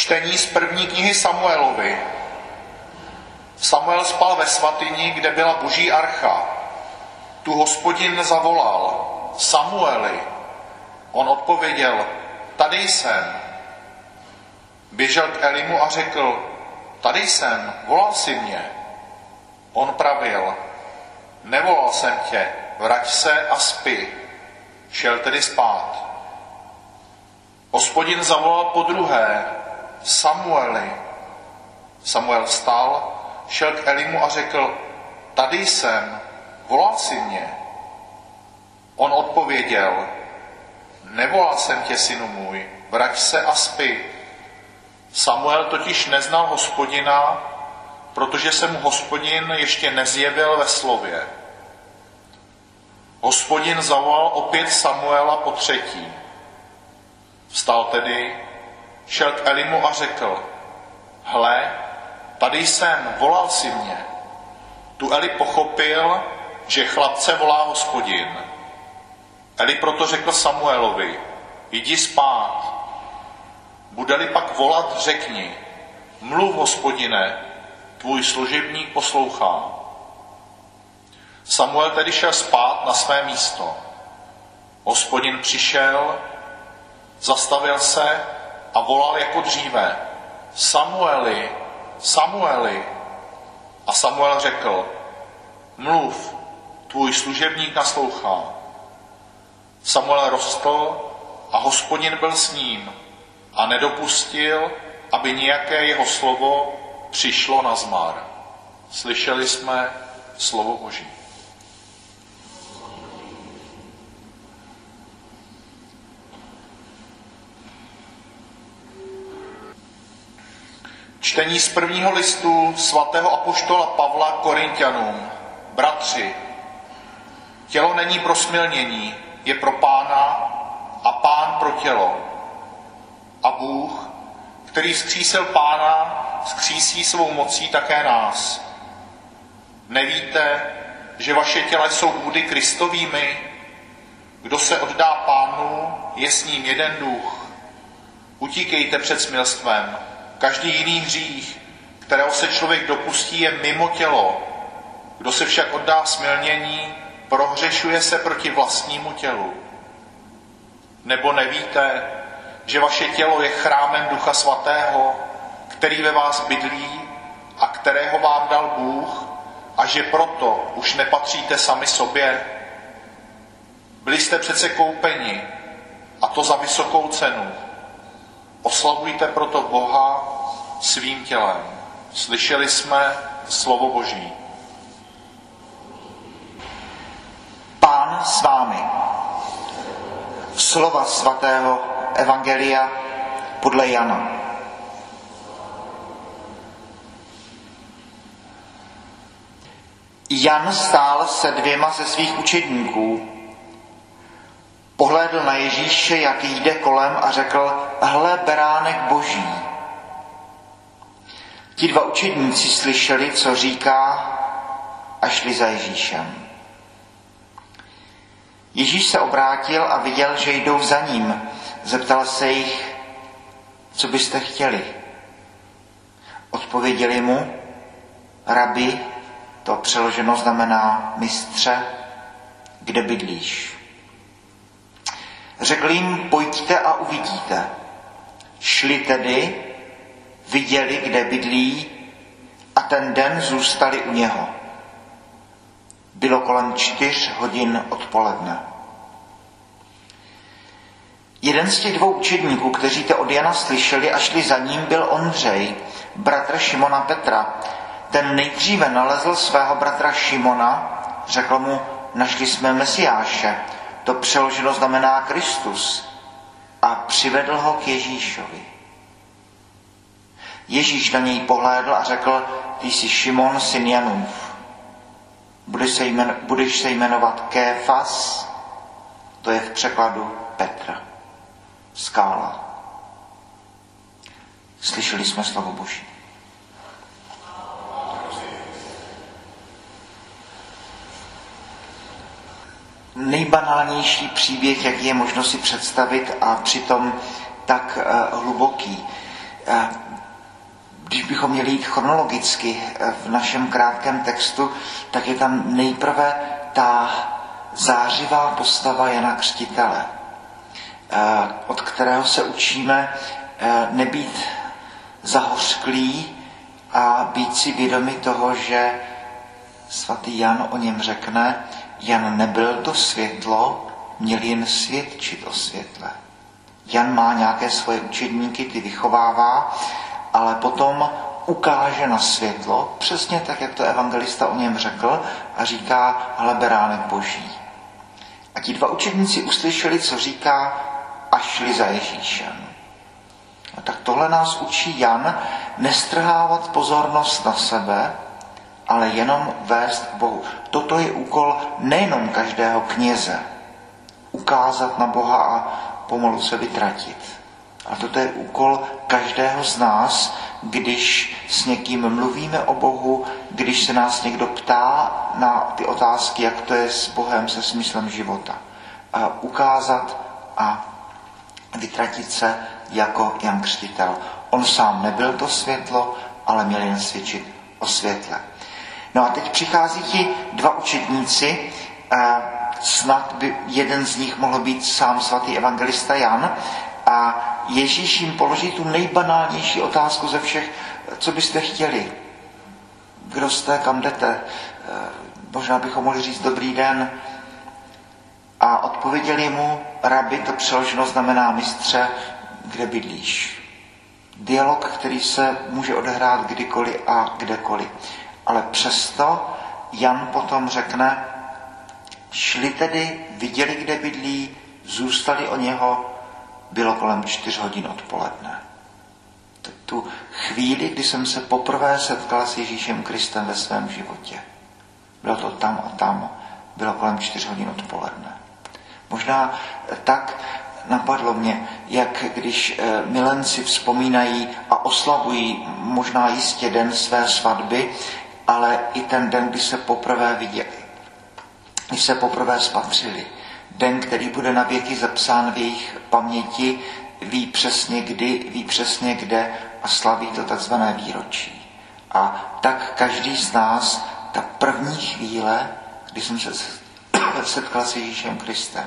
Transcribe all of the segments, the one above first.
Čtení z první knihy Samuelovi. Samuel spal ve svatyni, kde byla Boží archa. Tu Hospodin zavolal: Samueli. On odpověděl: Tady jsem. Běžel k Elimu a řekl: Tady jsem, volal jsi mě. On pravil: Nevolal jsem tě, vrať se a spí. Šel tedy spát. Hospodin zavolal podruhé: Samueli. Samuel vstal, šel k Elimu a řekl: Tady jsem, volal jsi mě. On odpověděl: Nevolal jsem tě, synu můj, vrať se a spí. Samuel totiž neznal Hospodina, protože se mu Hospodin ještě nezjevil ve slově. Hospodin zavolal opět Samuela po třetí. Vstal tedy, šel k Elimu a řekl: Hle, tady jsem, volal jsi mě. Tu Eli pochopil, že chlapce volá Hospodin. Eli proto řekl Samuelovi: Jdi spát. Bude-li pak volat, řekni: Mluv, Hospodine, tvůj služebník poslouchá. Samuel tedy šel spát na své místo. Hospodin přišel, zastavil se a volal jako dříve: Samueli, Samueli. A Samuel řekl: Mluv, tvůj služebník naslouchá. Samuel rostl a Hospodin byl s ním a nedopustil, aby nějaké jeho slovo přišlo na zmar. Slyšeli jsme slovo Boží. Čtení z prvního listu svatého apoštola Pavla Korinťanům. Bratři, tělo není pro smilnění, je pro Pána a Pán pro tělo. A Bůh, který vzkřísil Pána, vzkřísí svou mocí také nás. Nevíte, že vaše těla jsou údy Kristovými? Kdo se oddá Pánu, je s ním jeden duch. Utíkejte před smilstvem. Každý jiný hřích, kterého se člověk dopustí, je mimo tělo. Kdo se však oddá smilnění, prohřešuje se proti vlastnímu tělu. Nebo nevíte, že vaše tělo je chrámem Ducha Svatého, který ve vás bydlí a kterého vám dal Bůh, a že proto už nepatříte sami sobě? Byli jste přece koupeni, a to za vysokou cenu. Oslavujte proto Boha svým tělem. Slyšeli jsme slovo Boží. Pán s vámi. Slova svatého evangelia podle Jana. Jan stál se dvěma ze svých učedníků. Pohlédl na Ježíše, jak jde kolem, a řekl: Hle, beránek Boží. Ti dva učedníci slyšeli, co říká, a šli za Ježíšem. Ježíš se obrátil a viděl, že jdou za ním. Zeptal se jich: Co byste chtěli? Odpověděli mu: Rabi, to přeloženo znamená mistře, kde bydlíš? Řekl jim: Pojďte a uvidíte. Šli tedy, viděli, kde bydlí, a ten den zůstali u něho. Bylo kolem 4 hodin odpoledne. Jeden z těch dvou učedníků, kteří to od Jana slyšeli a šli za ním, byl Ondřej, bratr Šimona Petra. Ten nejdříve nalezl svého bratra Šimona, řekl mu: Našli jsme Mesiáše, to přeloženo znamená Kristus, a přivedl ho k Ježíšovi. Ježíš na něj pohlédl a řekl: Ty jsi Šimon, syn Janův. Budeš se jmenovat Kéfas, to je v překladu Petr, skála. Slyšeli jsme slovo Boží. Nejbanálnější příběh, jaký je možno si představit, a přitom tak hluboký. Když bychom měli jít chronologicky v našem krátkém textu, tak je tam nejprve ta zářivá postava Jana Křtitele, od kterého se učíme nebýt zahořklý a být si vědomi toho, že svatý Jan o něm řekne, Jan nebyl to světlo, měl jen svědčit o světle. Jan má nějaké svoje učedníky, ty vychovává, ale potom ukáže na světlo, přesně tak, jak to evangelista o něm řekl, a říká, hle, beránek boží. A ti dva učedníci uslyšeli, co říká, a šli za Ježíšem. A tak tohle nás učí Jan, nestrhávat pozornost na sebe, ale jenom vést k Bohu. Toto je úkol nejenom každého kněze, ukázat na Boha a pomalu se vytratit. A toto je úkol každého z nás, když s někým mluvíme o Bohu, když se nás někdo ptá na ty otázky, jak to je s Bohem, se smyslem života. A ukázat a vytratit se jako Jan Křtitel. On sám nebyl to světlo, ale měl jen svědčit o světle. No a teď přichází ti dva učedníci, snad by jeden z nich mohl být sám svatý evangelista Jan, a Ježíš jim položí tu nejbanálnější otázku ze všech, co byste chtěli. Kdo jste, kam jdete? Možná bychom mohli říct dobrý den. A odpověděli mu, rabi, to přeloženo znamená mistře, kde bydlíš. Dialog, který se může odehrát kdykoliv a kdekoliv. Ale přesto Jan potom řekne, šli tedy, viděli, kde bydlí, zůstali o něho, bylo kolem 4 hodin odpoledne. Tu chvíli, kdy jsem se poprvé setkal s Ježíšem Kristem ve svém životě. Bylo to tam a tam, bylo kolem 4 hodin odpoledne. Možná tak napadlo mě, jak když milenci vzpomínají a oslavují možná jistě den své svatby, ale i ten den, kdy se poprvé viděli, když se poprvé spatřili. Den, který bude na věky zapsán v jejich paměti, ví přesně kdy, ví přesně kde a slaví to takzvané výročí. A tak každý z nás, ta první chvíle, kdy jsem se setkal s Ježíšem Kristem.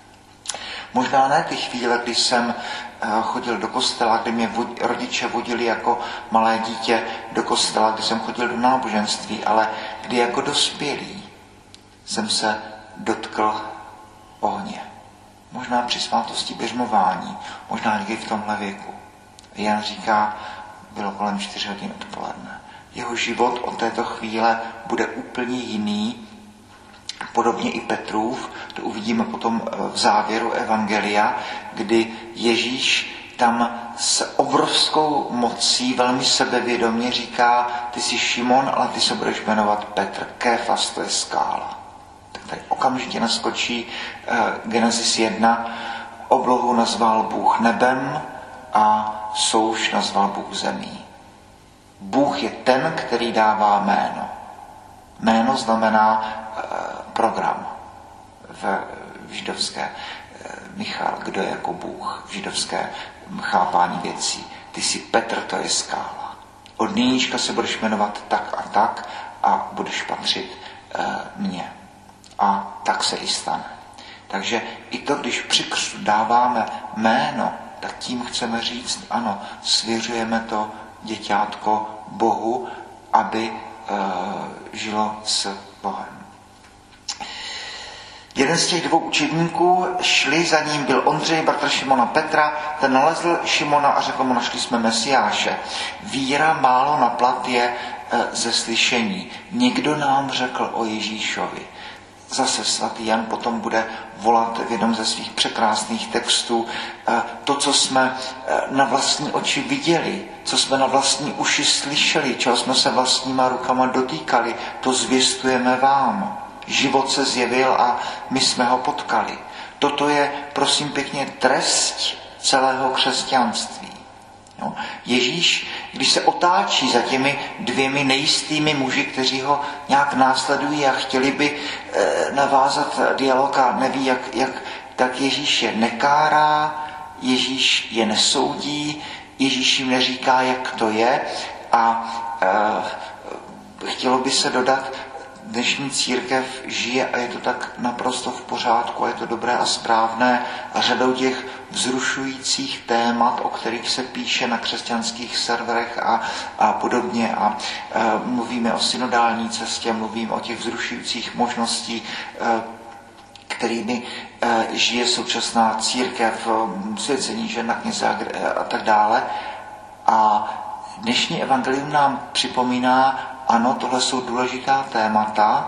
Možná ne ty chvíle, kdy jsem chodil do kostela, kdy mě rodiče vodili jako malé dítě do kostela, kdy jsem chodil do náboženství, ale kdy jako dospělý jsem se dotkl ohně. Možná při svátosti běžmování, možná někdy v tomhle věku. Jan říká, bylo kolem 4 hodin odpoledne. Jeho život od této chvíle bude úplně jiný, podobně i Petrův, to uvidíme potom v závěru evangelia, kdy Ježíš tam s obrovskou mocí, velmi sebevědomě říká, ty jsi Šimon, ale ty se budeš jmenovat Petr. Kéfas, to je skála. Tak tady okamžitě naskočí Genesis 1, oblohu nazval Bůh nebem a souš nazval Bůh zemí. Bůh je ten, který dává jméno. Jméno znamená program v židovské Michal, kdo je jako Bůh v židovské chápání věcí. Ty jsi Petr, to je skála. Od nynějška se budeš jmenovat tak a budeš patřit mně. A tak se i stane. Takže i to, když při křtu dáváme jméno, tak tím chceme říct, ano, svěřujeme to děťátko Bohu, aby žilo s Bohem. Jeden z těch dvou učedníků, šli za ním, byl Ondřej, bratr Šimona Petra, ten nalezl Šimona a řekl mu, našli jsme Mesiáše. Víra málo na plat je ze slyšení. Někdo nám řekl o Ježíšovi. Zase svatý Jan potom bude volat v jednom ze svých překrásných textů to, co jsme na vlastní oči viděli, co jsme na vlastní uši slyšeli, čeho jsme se vlastníma rukama dotýkali, to zvěstujeme vám. Život se zjevil a my jsme ho potkali. Toto je, prosím pěkně, trest celého křesťanství. Jo? Ježíš, když se otáčí za těmi dvěmi nejistými muži, kteří ho nějak následují a chtěli by navázat dialog a neví, jak tak Ježíš je nekárá, Ježíš je nesoudí, Ježíš jim neříká, jak to je a chtělo by se dodat, dnešní církev žije a je to tak naprosto v pořádku a je to dobré a správné a řadou těch vzrušujících témat, o kterých se píše na křesťanských serverech a podobně a mluvíme o synodální cestě, mluvíme o těch vzrušujících možností, kterými žije současná církev, svěcení žen na kněze a tak dále. A dnešní evangelium nám připomíná, ano, tohle jsou důležitá témata,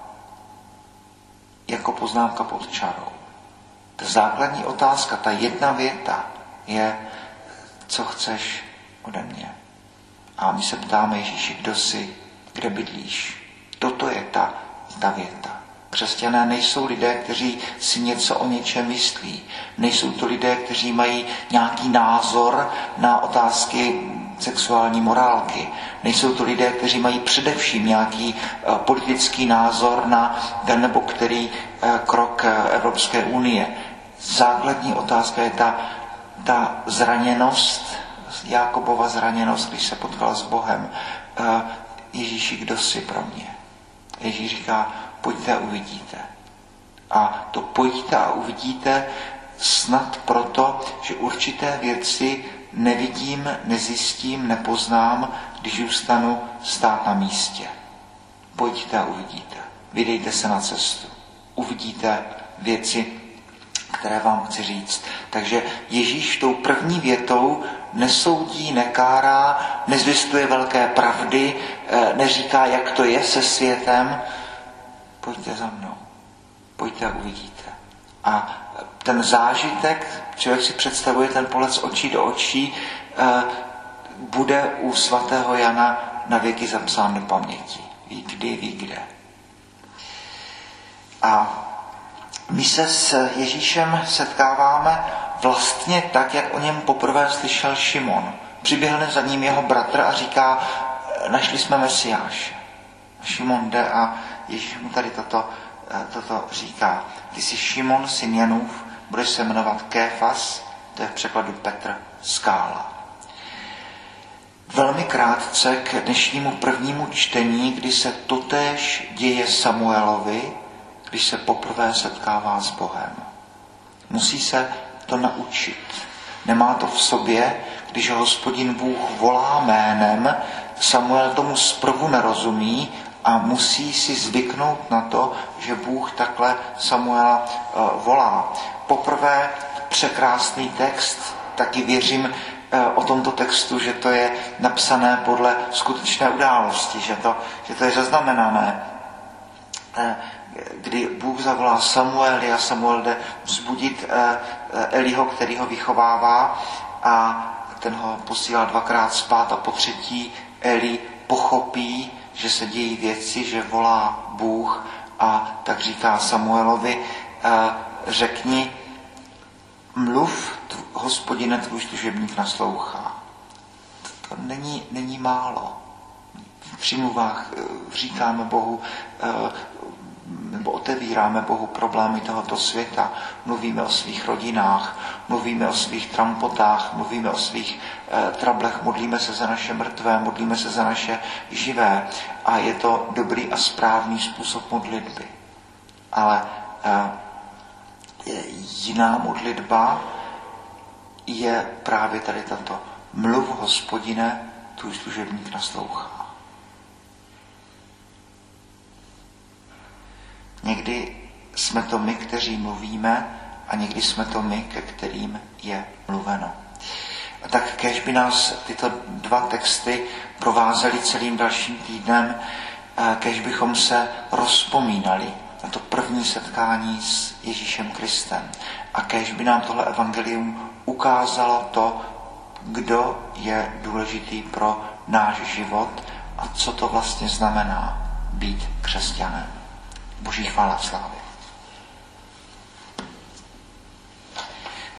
jako poznámka pod čarou. Ta základní otázka, ta jedna věta je, co chceš ode mě. A my se ptáme Ježíši, kdo jsi, kde bydlíš. Toto je ta věta. Křesťané nejsou lidé, kteří si něco o něčem myslí. Nejsou to lidé, kteří mají nějaký názor na otázky sexuální morálky. Nejsou to lidé, kteří mají především nějaký politický názor na ten nebo který krok Evropské unie. Základní otázka je ta zraněnost, Jákobova zraněnost, když se potkala s Bohem. Ježíši, kdo jsi pro mě? Ježíš říká, pojďte a uvidíte. A to pojďte a uvidíte snad proto, že určité věci nevidím, nezjistím, nepoznám, když zůstanu stát na místě. Pojďte a uvidíte. Vydejte se na cestu. Uvidíte věci, které vám chci říct. Takže Ježíš tou první větou nesoudí, nekárá, nezvěstuje velké pravdy, neříká, jak to je se světem. Pojďte za mnou. Pojďte a uvidíte. A ten zážitek, člověk si představuje ten pohled z očí do očí, bude u svatého Jana na věky zapsán do paměti. Ví kdy, ví kde. A my se s Ježíšem setkáváme vlastně tak, jak o něm poprvé slyšel Šimon. Přiběhl za ním jeho bratr a říká, našli jsme Mesiáše. Šimon jde a Ježíš mu tady toto říká. Ty jsi Šimon, syn Janův, budeš se jmenovat Kéfas, to je v překladu Petr, skála. Velmi krátce k dnešnímu prvnímu čtení, kdy se totéž děje Samuelovi, když se poprvé setkává s Bohem. Musí se to naučit. Nemá to v sobě, když ho Hospodin Bůh volá jménem, Samuel tomu zprvu nerozumí a musí si zvyknout na to, že Bůh takhle Samuela volá. Poprvé překrásný text, taky věřím o tomto textu, že to je napsané podle skutečné události, že to je zaznamenané. Kdy Bůh zavolá Samueli a Samuel jde vzbudit Eliho, který ho vychovává a ten ho posílá dvakrát spát a po třetí Eli pochopí, že se dějí věci, že volá Bůh a tak říká Samuelovi, řekni, mluv, Hospodine, tvůj služebník naslouchá. To není málo. V přímluvách říkáme Bohu, nebo otevíráme Bohu problémy tohoto světa. Mluvíme o svých rodinách, mluvíme o svých trampotách, mluvíme o svých trablech, modlíme se za naše mrtvé, modlíme se za naše živé. A je to dobrý a správný způsob modlitby. Ale jiná modlitba je právě tady tato. Mluv, Hospodine, tvůj služebník naslouchá. Někdy jsme to my, kteří mluvíme, a někdy jsme to my, ke kterým je mluveno. A tak kéž by nás tyto dva texty provázely celým dalším týdnem, kéž bychom se rozpomínali na to první setkání s Ježíšem Kristem. A kéž by nám tohle evangelium ukázalo to, kdo je důležitý pro náš život a co to vlastně znamená být křesťanem. Boží chvála, slávy.